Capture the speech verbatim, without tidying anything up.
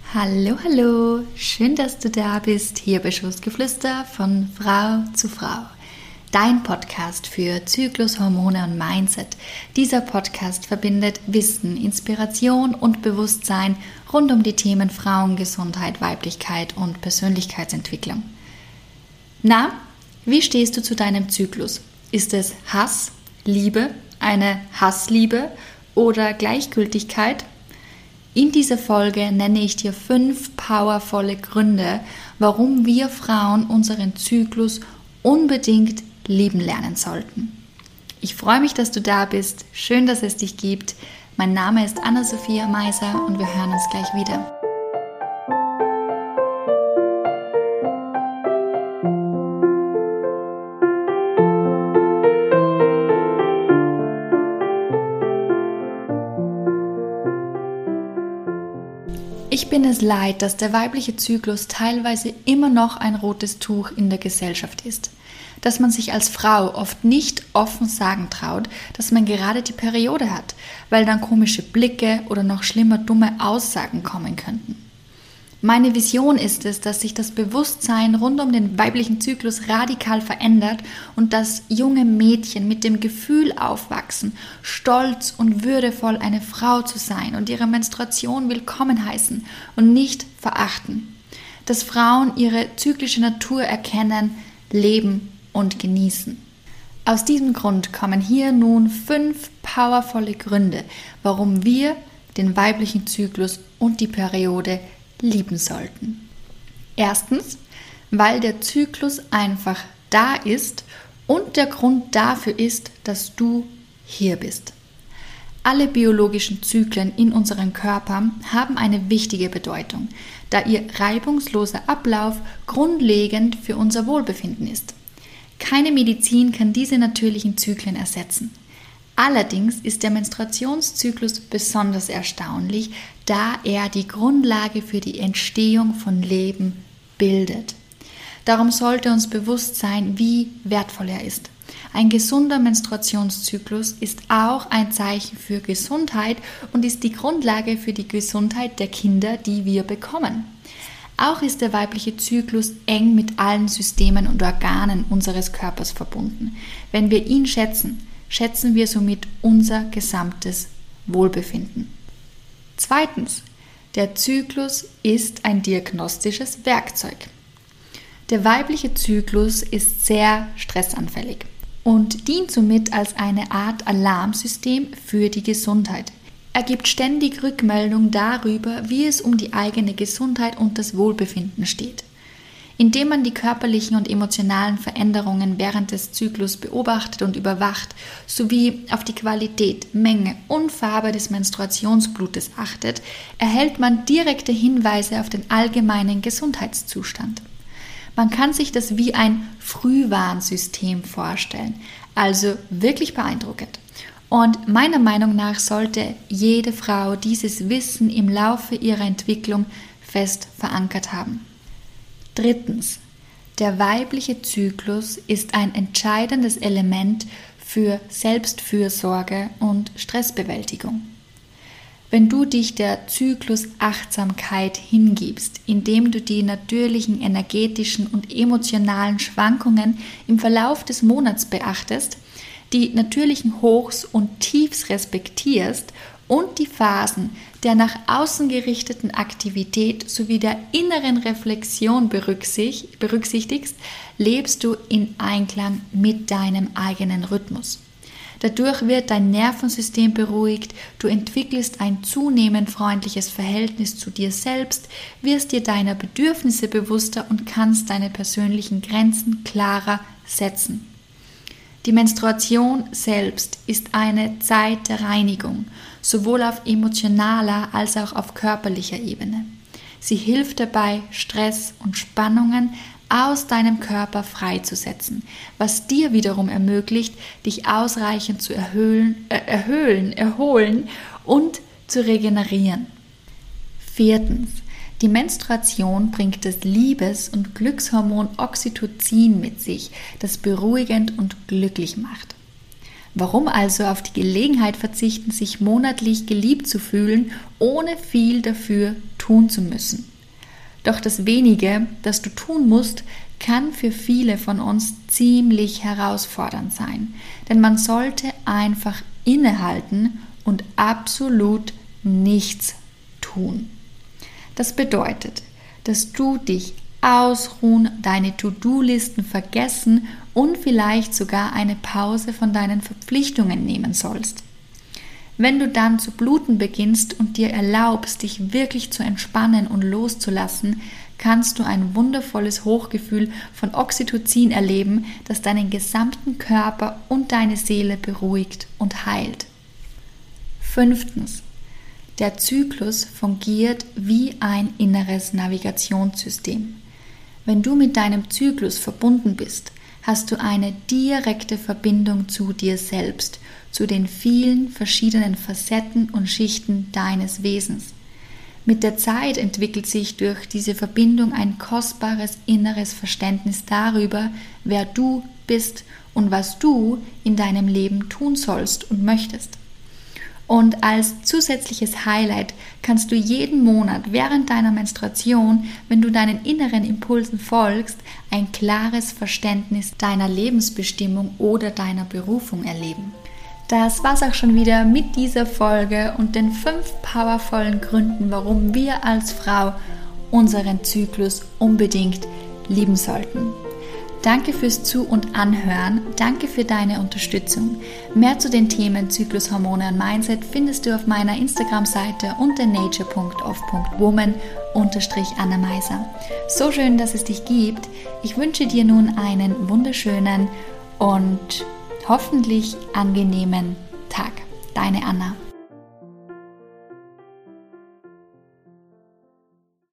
Hallo, hallo, schön, dass du da bist, hier bei Schoßgeflüster von Frau zu Frau. Dein Podcast für Zyklus, Hormone und Mindset. Dieser Podcast verbindet Wissen, Inspiration und Bewusstsein rund um die Themen Frauengesundheit, Weiblichkeit und Persönlichkeitsentwicklung. Na, wie stehst du zu deinem Zyklus? Ist es Hass, Liebe, eine Hassliebe oder Gleichgültigkeit? In dieser Folge nenne ich dir fünf powervolle Gründe, warum wir Frauen unseren Zyklus unbedingt lieben lernen sollten. Ich freue mich, dass du da bist. Schön, dass es dich gibt. Mein Name ist Anna-Sophia Meiser und wir hören uns gleich wieder. Ich bin es leid, dass der weibliche Zyklus teilweise immer noch ein rotes Tuch in der Gesellschaft ist. Dass man sich als Frau oft nicht offen sagen traut, dass man gerade die Periode hat, weil dann komische Blicke oder noch schlimmer dumme Aussagen kommen könnten. Meine Vision ist es, dass sich das Bewusstsein rund um den weiblichen Zyklus radikal verändert und dass junge Mädchen mit dem Gefühl aufwachsen, stolz und würdevoll eine Frau zu sein und ihre Menstruation willkommen heißen und nicht verachten. Dass Frauen ihre zyklische Natur erkennen, leben und genießen. Aus diesem Grund kommen hier nun fünf powervolle Gründe, warum wir den weiblichen Zyklus und die Periode lieben sollten. Erstens, weil der Zyklus einfach da ist und der Grund dafür ist, dass du hier bist. Alle biologischen Zyklen in unserem Körper haben eine wichtige Bedeutung, da ihr reibungsloser Ablauf grundlegend für unser Wohlbefinden ist. Keine Medizin kann diese natürlichen Zyklen ersetzen. Allerdings ist der Menstruationszyklus besonders erstaunlich, da er die Grundlage für die Entstehung von Leben bildet. Darum sollte uns bewusst sein, wie wertvoll er ist. Ein gesunder Menstruationszyklus ist auch ein Zeichen für Gesundheit und ist die Grundlage für die Gesundheit der Kinder, die wir bekommen. Auch ist der weibliche Zyklus eng mit allen Systemen und Organen unseres Körpers verbunden. Wenn wir ihn schätzen, schätzen wir somit unser gesamtes Wohlbefinden. Zweitens, der Zyklus ist ein diagnostisches Werkzeug. Der weibliche Zyklus ist sehr stressanfällig und dient somit als eine Art Alarmsystem für die Gesundheit. Er gibt ständig Rückmeldung darüber, wie es um die eigene Gesundheit und das Wohlbefinden steht. Indem man die körperlichen und emotionalen Veränderungen während des Zyklus beobachtet und überwacht, sowie auf die Qualität, Menge und Farbe des Menstruationsblutes achtet, erhält man direkte Hinweise auf den allgemeinen Gesundheitszustand. Man kann sich das wie ein Frühwarnsystem vorstellen, also wirklich beeindruckend. Und meiner Meinung nach sollte jede Frau dieses Wissen im Laufe ihrer Entwicklung fest verankert haben. Drittens, der weibliche Zyklus ist ein entscheidendes Element für Selbstfürsorge und Stressbewältigung. Wenn du dich der Zyklusachtsamkeit hingibst, indem du die natürlichen energetischen und emotionalen Schwankungen im Verlauf des Monats beachtest, die natürlichen Hochs und Tiefs respektierst und die Phasen der nach außen gerichteten Aktivität sowie der inneren Reflexion berücksichtigst, lebst du in Einklang mit deinem eigenen Rhythmus. Dadurch wird dein Nervensystem beruhigt, du entwickelst ein zunehmend freundliches Verhältnis zu dir selbst, wirst dir deiner Bedürfnisse bewusster und kannst deine persönlichen Grenzen klarer setzen. Die Menstruation selbst ist eine Zeit der Reinigung, sowohl auf emotionaler als auch auf körperlicher Ebene. Sie hilft dabei, Stress und Spannungen aus deinem Körper freizusetzen, was dir wiederum ermöglicht, dich ausreichend zu erhöhen, äh, erhöhen, erholen und zu regenerieren. Viertens. Die Menstruation bringt das Liebes- und Glückshormon Oxytocin mit sich, das beruhigend und glücklich macht. Warum also auf die Gelegenheit verzichten, sich monatlich geliebt zu fühlen, ohne viel dafür tun zu müssen? Doch das Wenige, das du tun musst, kann für viele von uns ziemlich herausfordernd sein. Denn man sollte einfach innehalten und absolut nichts tun. Das bedeutet, dass du dich ausruhen, deine To-Do-Listen vergessen und vielleicht sogar eine Pause von deinen Verpflichtungen nehmen sollst. Wenn du dann zu bluten beginnst und dir erlaubst, dich wirklich zu entspannen und loszulassen, kannst du ein wundervolles Hochgefühl von Oxytocin erleben, das deinen gesamten Körper und deine Seele beruhigt und heilt. Fünftens. Der Zyklus fungiert wie ein inneres Navigationssystem. Wenn du mit deinem Zyklus verbunden bist, hast du eine direkte Verbindung zu dir selbst, zu den vielen verschiedenen Facetten und Schichten deines Wesens. Mit der Zeit entwickelt sich durch diese Verbindung ein kostbares inneres Verständnis darüber, wer du bist und was du in deinem Leben tun sollst und möchtest. Und als zusätzliches Highlight kannst du jeden Monat während deiner Menstruation, wenn du deinen inneren Impulsen folgst, ein klares Verständnis deiner Lebensbestimmung oder deiner Berufung erleben. Das war's auch schon wieder mit dieser Folge und den fünf powervollen Gründen, warum wir als Frau unseren Zyklus unbedingt lieben sollten. Danke fürs Zu- und Anhören, danke für deine Unterstützung. Mehr zu den Themen Zyklus, Hormone und Mindset findest du auf meiner Instagram-Seite unter nature punkt off punkt woman unterstrich Anna Meiser. So schön, dass es dich gibt. Ich wünsche dir nun einen wunderschönen und hoffentlich angenehmen Tag. Deine Anna.